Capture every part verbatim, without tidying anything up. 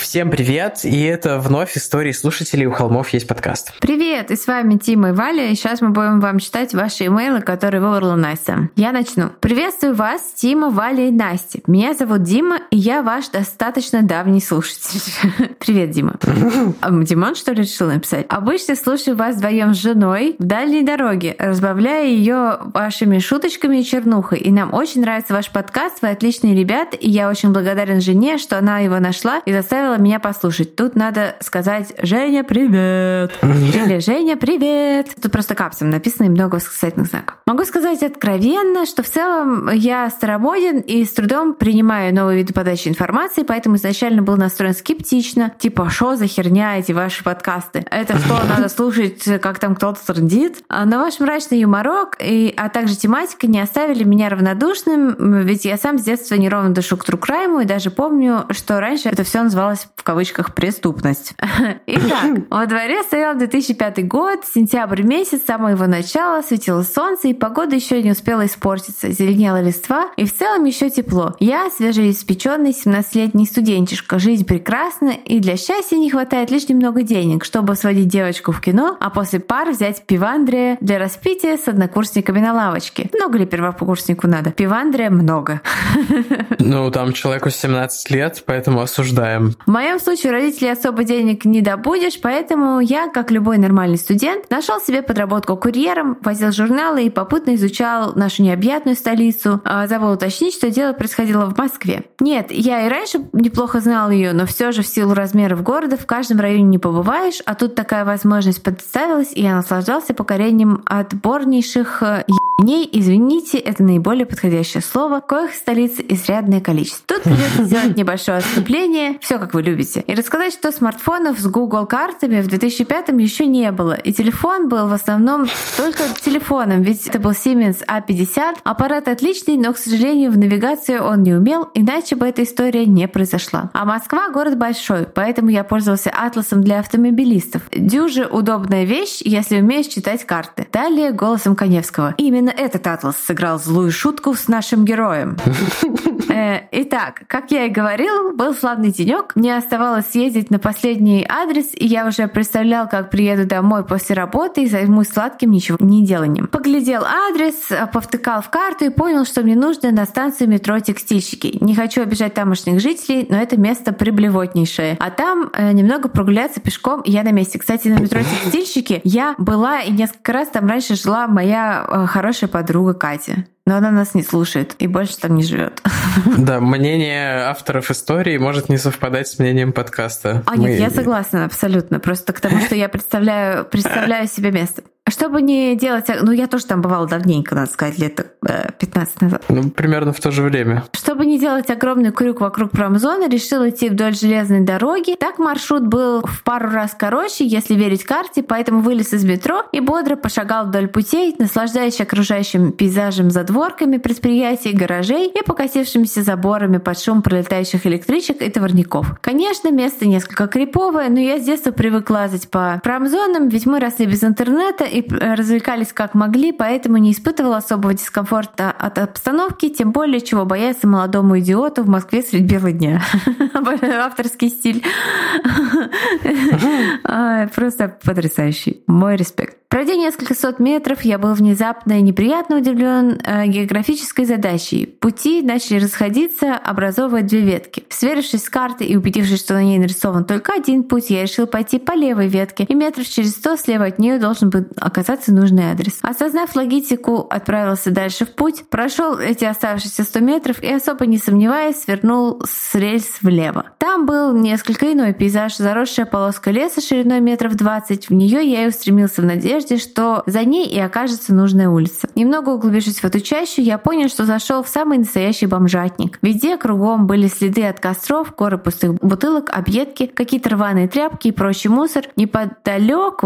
Всем привет, и это вновь истории слушателей «У холмов есть подкаст». Привет, и с вами Тима и Валя, и сейчас мы будем вам читать ваши имейлы, которые выбрала Настя. Я начну. Приветствую вас, Тима, Валя и Настя. Меня зовут Дима, и я ваш достаточно давний слушатель. Привет, Дима. Димон, что ли, решил написать? Обычно слушаю вас вдвоем с женой в дальней дороге, разбавляя ее вашими шуточками и чернухой. И нам очень нравится ваш подкаст, вы отличные ребята, и я очень благодарен жене, что она его нашла и заставила меня послушать. Тут надо сказать «Женя, привет!» или «Женя, привет!» Тут просто капсом написано и много восклицательных знаков. Могу сказать откровенно, что в целом я старомоден и с трудом принимаю новые виды подачи информации, поэтому изначально был настроен скептично. Типа, что за херня эти ваши подкасты? Это что, надо слушать, как там кто-то трындит? Но ваш мрачный юморок, и, а также тематика не оставили меня равнодушным, ведь я сам с детства неровно дышу к true crime, и даже помню, что раньше это все называлось в кавычках «преступность». Итак, во дворе стоял две тысячи пятый год, сентябрь месяц, с самого его начала, светило солнце, и погода еще не успела испортиться, зеленела листва, и в целом еще тепло. Я свежеиспеченный семнадцатилетний студентишка, жизнь прекрасна, и для счастья не хватает лишь немного денег, чтобы сводить девочку в кино, а после пар взять пивандре для распития с однокурсниками на лавочке. Много ли первокурснику надо? Пивандре много. Ну, там человеку семнадцать лет, поэтому осуждаем. В моем случае родителей особо денег не добудешь, поэтому я, как любой нормальный студент, нашел себе подработку курьером, возил журналы и попутно изучал нашу необъятную столицу. Забыл уточнить, что дело происходило в Москве. Нет, я и раньше неплохо знал ее, но все же в силу размеров города в каждом районе не побываешь, а тут такая возможность представилась, и я наслаждался покорением отборнейших ебней. Извините, это наиболее подходящее слово, коих в столице изрядное количество. Тут придется сделать небольшое отступление, все как вы любите, и рассказать, что смартфонов с Google картами в две тысячи пятом еще не было, и телефон был в основном только телефоном, ведь это был Siemens а пятьдесят. Аппарат отличный, но, к сожалению, в навигацию он не умел, иначе бы эта история не произошла. А Москва — город большой, поэтому я пользовался атласом для автомобилистов. Дюже удобная вещь, если умеешь читать карты. Далее голосом Каневского. Именно этот атлас сыграл злую шутку с нашим героем. Итак, как я и говорил, был славный денек. Мне оставалось съездить на последний адрес, и я уже представлял, как приеду домой после работы и займусь сладким ничего не деланием. Поглядел адрес, повтыкал в карту и понял, что мне нужно на станцию метро «Текстильщики». Не хочу обижать тамошних жителей, но это место приблевотнейшее. А там э, немного прогуляться пешком, и я на месте. Кстати, на метро «Текстильщики» я была, и несколько раз там раньше жила моя э, хорошая подруга Катя. Но она нас не слушает и больше там не живет. Да, мнение авторов истории может не совпадать с мнением подкаста. А нет, Мы... я согласна абсолютно. Просто к тому, что я представляю, представляю себе место. Чтобы не делать... Ну, я тоже там бывала давненько, надо сказать, лет пятнадцать назад. Ну, примерно в то же время. Чтобы не делать огромный крюк вокруг промзоны, решил идти вдоль железной дороги. Так маршрут был в пару раз короче, если верить карте, поэтому вылез из метро и бодро пошагал вдоль путей, наслаждаясь окружающим пейзажем задворками предприятий, гаражей и покосившимися заборами под шум пролетающих электричек и товарников. Конечно, место несколько криповое, но я с детства привык лазать по промзонам, ведь мы росли без интернета и развлекались как могли, поэтому не испытывал особого дискомфорта от обстановки, тем более чего бояться молодому идиоту в Москве средь бела дня. Авторский стиль. Просто потрясающий. Мой респект. Пройдя несколько сот метров, я был внезапно и неприятно удивлен э, географической задачей. Пути начали расходиться, образовывая две ветки. Сверившись с картой и убедившись, что на ней нарисован только один путь, я решил пойти по левой ветке, и метров через сто слева от нее должен был оказаться нужный адрес. Осознав логистику, отправился дальше в путь, прошел эти оставшиеся сто метров и, особо не сомневаясь, свернул с рельс влево. Там был несколько иной пейзаж, заросшая полоска леса шириной метров двадцать. В нее я и устремился в надежде, что за ней и окажется нужная улица. Немного углубившись в эту чащу, я понял, что зашел в самый настоящий бомжатник. Везде кругом были следы от костров, горы пустых бутылок, объедки, какие-то рваные тряпки и прочий мусор. Неподалеку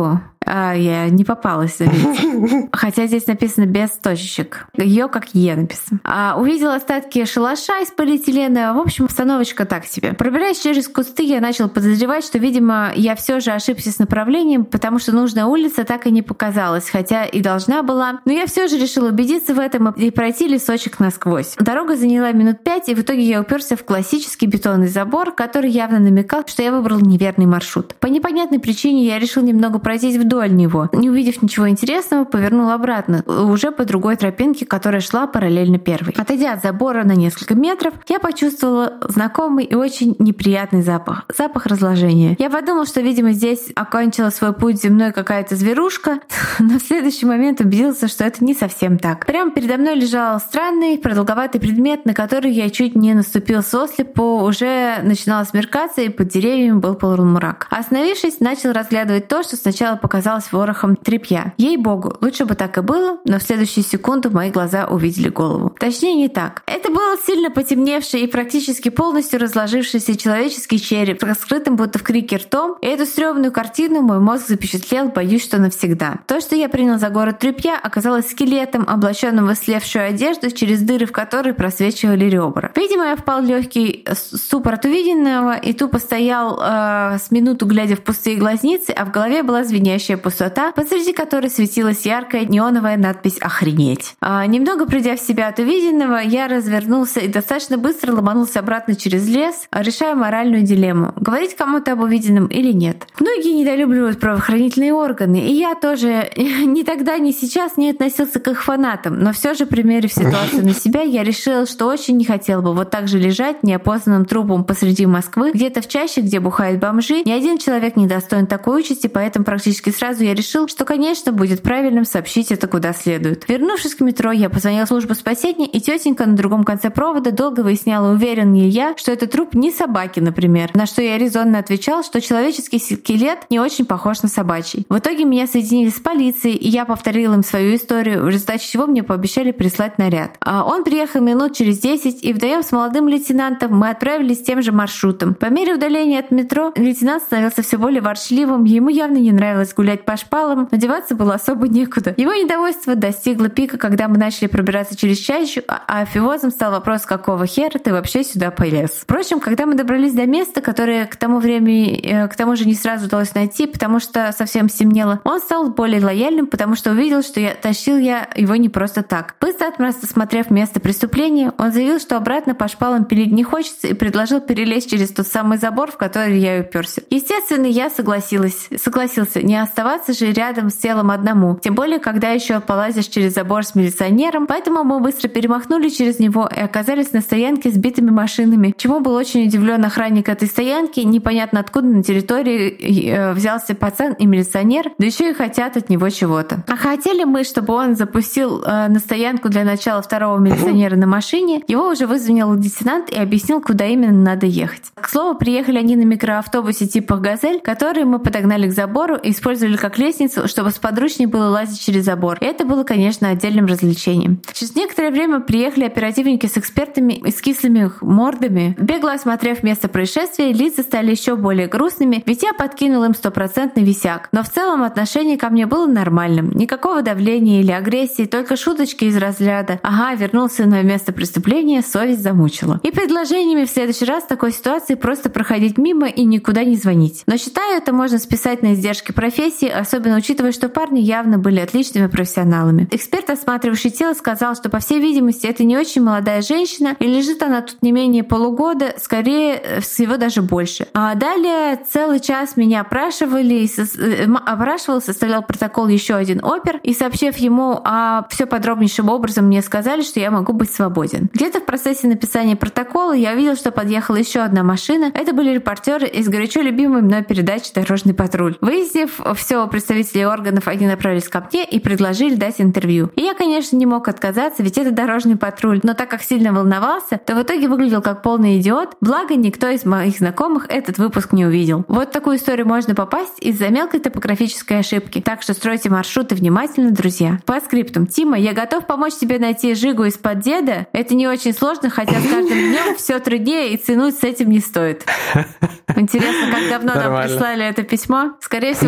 А, я не попалась, заметьте. Хотя здесь написано без точечек. Ее как Е написано. А, увидела остатки шалаша из полиэтилена. В общем, обстановочка так себе. Пробираясь через кусты, я начал подозревать, что, видимо, я все же ошибся с направлением, потому что нужная улица так и не показалась, хотя и должна была. Но я все же решила убедиться в этом и пройти лесочек насквозь. Дорога заняла минут пять, и в итоге я уперся в классический бетонный забор, который явно намекал, что я выбрал неверный маршрут. По непонятной причине я решил немного пройтись вдоль него. Не увидев ничего интересного, повернул обратно, уже по другой тропинке, которая шла параллельно первой. Отойдя от забора на несколько метров, я почувствовала знакомый и очень неприятный запах. Запах разложения. Я подумал, что, видимо, здесь окончила свой путь земной какая-то зверушка, но в следующий момент убедился, что это не совсем так. Прямо передо мной лежал странный, продолговатый предмет, на который я чуть не наступил сослепу. Уже начинало смеркаться, и под деревьями был полумрак. Остановившись, начал разглядывать то, что сначала показалось ворохом тряпья. Ей-богу, лучше бы так и было, но в следующую секунду мои глаза увидели голову. Точнее, не так. Это был сильно потемневший и практически полностью разложившийся человеческий череп, раскрытым будто в крике ртом, и эту стрёмную картину мой мозг запечатлел, боюсь, что навсегда. То, что я принял за город тряпья, оказалось скелетом, облаченным в ислевшую одежду, через дыры в которой просвечивали ребра. Видимо, я впал в легкий ступор от увиденного и тупо стоял э, с минуту, глядя в пустые глазницы, а в голове была звенящая пустота, посреди которой светилась яркая неоновая надпись «Охренеть». А, немного придя в себя от увиденного, я развернулся и достаточно быстро ломанулся обратно через лес, решая моральную дилемму — говорить кому-то об увиденном или нет. Многие недолюбливают правоохранительные органы, и я тоже ни тогда, ни сейчас не относился к их фанатам, но все же, примерив ситуацию на себя, я решила, что очень не хотел бы вот так же лежать неопознанным трупом посреди Москвы, где-то в чаще, где бухают бомжи. Ни один человек не достоин такой участи, поэтому практически сразу я решил, что, конечно, будет правильным сообщить это куда следует. Вернувшись к метро, я позвонила в службу спасения, и тетенька на другом конце провода долго выясняла, уверен ли я, что это труп не собаки, например. На что я резонно отвечал, что человеческий скелет не очень похож на собачий. В итоге меня соединили с полицией, и я повторила им свою историю, в результате чего мне пообещали прислать наряд. Он приехал минут через десять, и вдвоем с молодым лейтенантом мы отправились тем же маршрутом. По мере удаления от метро лейтенант становился все более ворчливым, ему явно не нравилось гулять по шпалам, но деваться было особо некуда. Его недовольство достигло пика, когда мы начали пробираться через чащу, а афиозом стал вопрос, какого хера ты вообще сюда полез. Впрочем, когда мы добрались до места, которое к тому времени, к тому же не сразу удалось найти, потому что совсем стемнело, он стал более лояльным, потому что увидел, что я тащил я его не просто так. Быстро осмотрев место преступления, он заявил, что обратно по шпалам пилить не хочется, и предложил перелезть через тот самый забор, в который я уперся. Естественно, я согласилась. Согласился, не оставаться же рядом с телом одному. Тем более, когда еще полазишь через забор с милиционером. Поэтому мы быстро перемахнули через него и оказались на стоянке с битыми машинами, чему был очень удивлен охранник этой стоянки. Непонятно откуда на территории взялся пацан и милиционер, да еще и хотят от него чего-то. А хотели мы, чтобы он запустил на стоянку для начала второго милиционера на машине. Его уже вызвонил лейтенант и объяснил, куда именно надо ехать. К слову, приехали они на микроавтобусе типа «Газель», который мы подогнали к забору и использовали как лестницу, чтобы сподручнее было лазить через забор. И это было, конечно, отдельным развлечением. Через некоторое время приехали оперативники с экспертами и с кислыми мордами. Бегло осмотрев место происшествия, лица стали еще более грустными, ведь я подкинул им стопроцентный висяк. Но в целом отношение ко мне было нормальным. Никакого давления или агрессии, только шуточки из разряда «Ага, вернулся на место преступления, совесть замучила». И предложениями в следующий раз в такой ситуации просто проходить мимо и никуда не звонить. Но считаю, это можно списать на издержки профессии, особенно учитывая, что парни явно были отличными профессионалами. Эксперт, осматривающий тело, сказал, что, по всей видимости, это не очень молодая женщина, и лежит она тут не менее полугода, скорее всего, даже больше. А далее целый час меня опрашивали, и со... опрашивал, составлял протокол еще один опер, и, сообщив ему о все подробнейшим образом, мне сказали, что я могу быть свободен. Где-то в процессе написания протокола я увидел, что подъехала еще одна машина. Это были репортеры из горячо любимой мной передачи «Дорожный патруль». Выяснив все у представителей органов, они направились ко мне и предложили дать интервью. И я, конечно, не мог отказаться, ведь это «Дорожный патруль», но так как сильно волновался, то в итоге выглядел как полный идиот, благо никто из моих знакомых этот выпуск не увидел. Вот в такую историю можно попасть из-за мелкой топографической ошибки, так что стройте маршруты внимательно, друзья. По скриптум. Тима, я готов помочь тебе найти Жигу из-под деда. Это не очень сложно, хотя с каждым днем все труднее, и тянуть с этим не стоит. Интересно, как давно нам прислали это письмо? Скорее всего, с тех пор,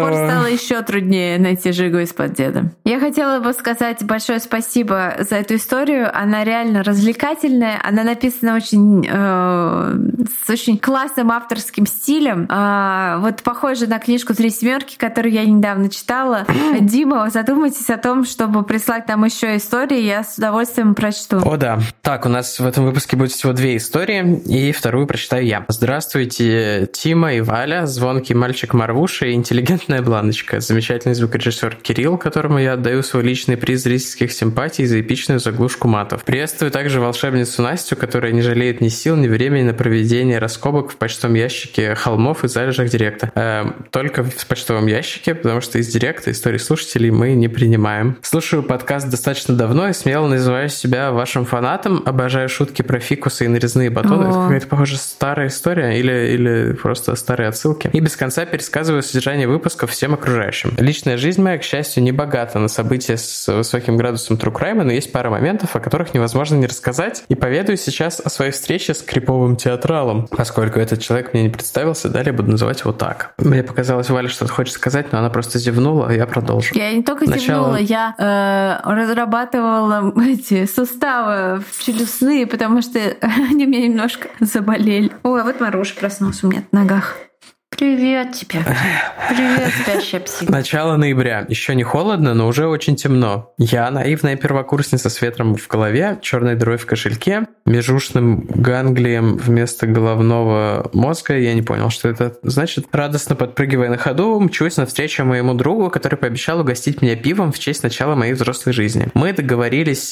пор стало еще труднее найти Жигу из-под деда. Я хотела бы сказать большое спасибо за эту историю. Она реально развлекательная. Она написана очень, э, с очень классным авторским стилем. Э, вот похоже на книжку «Три семерки», которую я недавно читала. Дима, задумайтесь о том, чтобы прислать нам еще истории. Я с удовольствием прочту. О, да. Так, у нас в этом выпуске будет всего две истории, и вторую прочитаю я. Здравствуйте, Тима и Валя, звонкий мальчик Марвуша и интеллигентная Бланочка, замечательный звукорежиссер Кирилл, которому я отдаю свой личный приз зрительских симпатий за эпичную заглушку матов. Приветствую также волшебницу Настю, которая не жалеет ни сил, ни времени на проведение раскопок в почтовом ящике холмов и залежах директа. Э, только в почтовом ящике, потому что из директа истории слушателей мы не принимаем. Слушаю подкаст достаточно давно и смело называю себя вашим фанатом. Обожаю шутки про фикусы и нарезные батоны. О. Это какая-то, похоже, старая история или, или просто старые отсылки. И без конца пересказываю содержание выпусков всем окружающим. Личная жизнь моя, к счастью, не богата на события с высоким градусом true crime, но есть пара моментов, о которых невозможно не рассказать. И поведаю сейчас о своей встрече с криповым театралом. Поскольку этот человек мне не представился, далее буду называть его так. Мне показалось, Валя что-то хочет сказать, но она просто зевнула, и я продолжу. Я не только Начало... зевнула, я э, разрабатывала эти суставы челюстные, потому что они у меня немножко заболели. Ой, а вот Маруша проснулся у меня на ногах. Привет тебе. Привет, спящая псина. Начало ноября. Еще не холодно, но уже очень темно. Я, наивная первокурсница с ветром в голове, черной дырой в кошельке, межушным ганглием вместо головного мозга, я не понял, что это значит, радостно подпрыгивая на ходу, мчусь навстречу моему другу, который пообещал угостить меня пивом в честь начала моей взрослой жизни. Мы договорились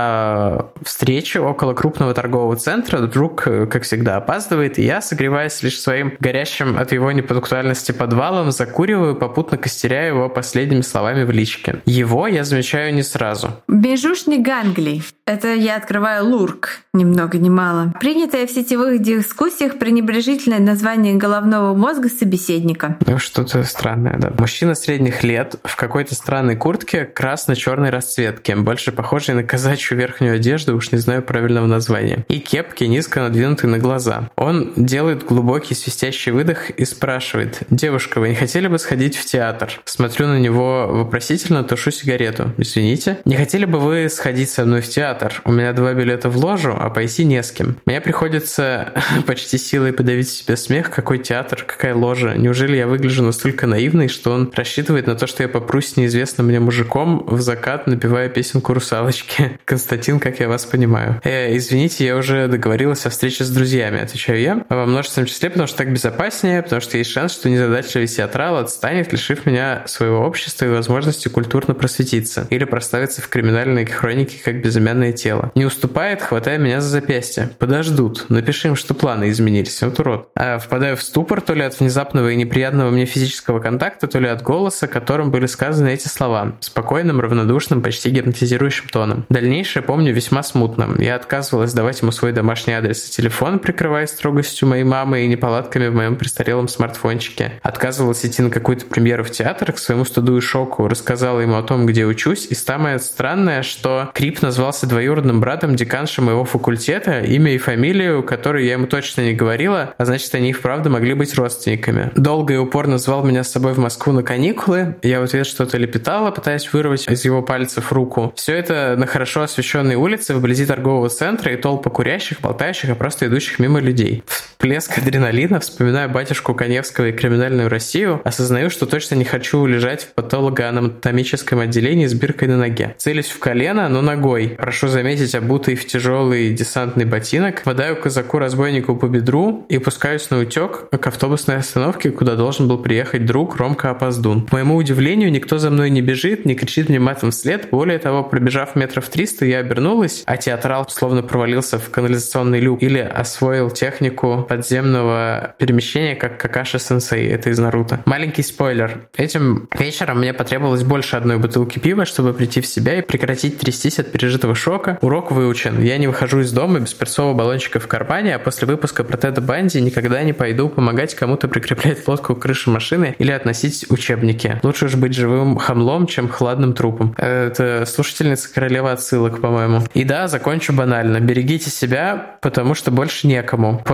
о встрече около крупного торгового центра. Друг, как всегда, опаздывает, и я, согреваясь лишь своим горящим от его непунктуальности подвалом, закуриваю, попутно костеряя его последними словами в личке. Его я замечаю не сразу. Межушный ганглий. Это я открываю лурк, ни много ни мало. Принятое в сетевых дискуссиях пренебрежительное название головного мозга собеседника. Ну, что-то странное, да. Мужчина средних лет в какой-то странной куртке красно-черной расцветки, больше похожей на казачью верхнюю одежду, уж не знаю правильного названия, и кепки, низко надвинутой на глаза. Он делает глубокий свистящий выдох и спрашивает: «Девушка, вы не хотели бы сходить в театр?» Смотрю на него вопросительно, тушу сигарету. «Извините, не хотели бы вы сходить со мной в театр? У меня два билета в ложу, а пойти не с кем. Мне приходится почти силой подавить в себе смех. Какой театр, какая ложа? Неужели я выгляжу настолько наивной, что он рассчитывает на то, что я попрусь с неизвестным мне мужиком в закат, напевая песенку «Русалочки»? Константин, как я вас понимаю. Э, извините, я уже договорилась о встрече с друзьями», отвечаю я, во множественном числе, потому что так безопаснее, потому что есть шанс, что незадачливый театрал отстанет, лишив меня своего общества и возможности культурно просветиться или прославиться в криминальной хронике как безымянное тело. Не уступает, хватая меня за запястье. «Подождут. Напиши им, что планы изменились. Вот урод». А впадаю в ступор то ли от внезапного и неприятного мне физического контакта, то ли от голоса, которым были сказаны эти слова. Спокойным, равнодушным, почти гипнотизирующим тоном. Дальнейшее помню весьма смутно. Я отказывалась давать ему свой домашний адрес и телефон, прикрываясь строгостью моей мамы и неполадками в моем престарелом смартфончике. Отказывалась идти на какую-то премьеру в театр, к своему стыду и шоку рассказала ему о том, где учусь, и самое странное, что Крип назвался двоюродным братом деканши моего факультета, имя и фамилию, которую я ему точно не говорила, а значит, они и вправду могли быть родственниками. Долго и упорно звал меня с собой в Москву на каникулы, я в ответ что-то лепетала, пытаясь вырвать из его пальцев руку. Все это на хорошо освещенной улице вблизи торгового центра и толпа курящих, болтающих, а просто идущих мимо людей. Всплеск адреналина, вспоминаю батюшку Каневского и криминальную Россию, осознаю, что точно не хочу лежать в патологоанатомическом отделении с биркой на ноге. Целюсь в колено, но ногой. Прошу заметить, обутый в тяжелый десантный ботинок, хватаю казаку-разбойнику по бедру и пускаюсь на утек к автобусной остановке, куда должен был приехать друг Ромка Опоздун. К моему удивлению, никто за мной не бежит, не кричит мне матом вслед. Более того, пробежав метров триста, я обернулась, а театрал словно провалился в канализационный люк или освоил технику подземного перемещения, как Какаши-сенсей, это из Наруто. Маленький спойлер. Этим вечером мне потребовалось больше одной бутылки пива, чтобы прийти в себя и прекратить трястись от пережитого шока. Урок выучен. Я не выхожу из дома без перцового баллончика в кармане, а после выпуска про Теда Банди никогда не пойду помогать кому-то прикреплять лодку к крыше машины или относить учебники. Лучше уж быть живым хамлом, чем хладным трупом. Это слушательница королева отсылок, по-моему. И да, закончу банально. Берегите себя, потому что больше некому. Постскриптум.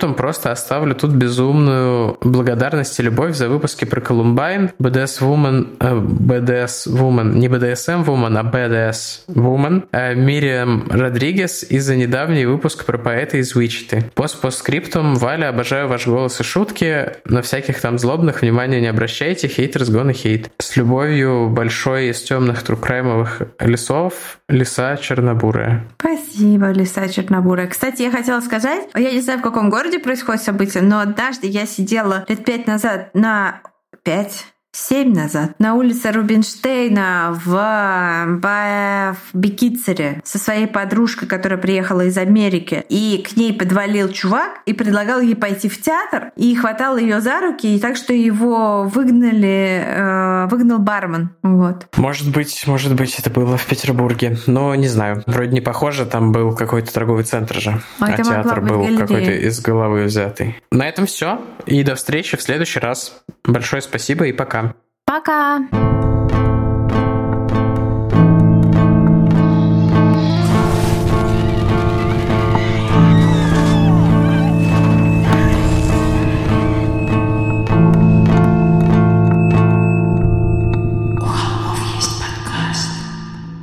постскриптум просто оставлю тут безумную благодарность и любовь за выпуски про Columbine, би ди эс Woman, э, би ди эс Woman, не би ди эс эм Woman, а би ди эс Woman, э, Мириам Родригес и за недавний выпуск про поэта из Уичиты. Пост-постскриптум. Валя, обожаю ваш голос и шутки. На всяких там злобных внимания не обращайте. Хейтерс gonna hate. С любовью, большой из темных трукраймовых лесов, Лиса Чернобурая. Спасибо, Лиса Чернобурая. Кстати, я хотела сказать, я не знаю, в каком городе происходит событие, но однажды я сидела лет пять назад на... Пять? Семь назад на улице Рубинштейна в, в, в Бекицере со своей подружкой, которая приехала из Америки, и к ней подвалил чувак и предлагал ей пойти в театр, и хватал ее за руки, и так что его выгнали, э, выгнал бармен. Вот. Может быть, может быть, это было в Петербурге, но не знаю. Вроде не похоже, там был какой-то торговый центр же, а, а театр был галерея. Какой-то из головы взятый. На этом все, и до встречи в следующий раз. Большое спасибо и пока. Пока!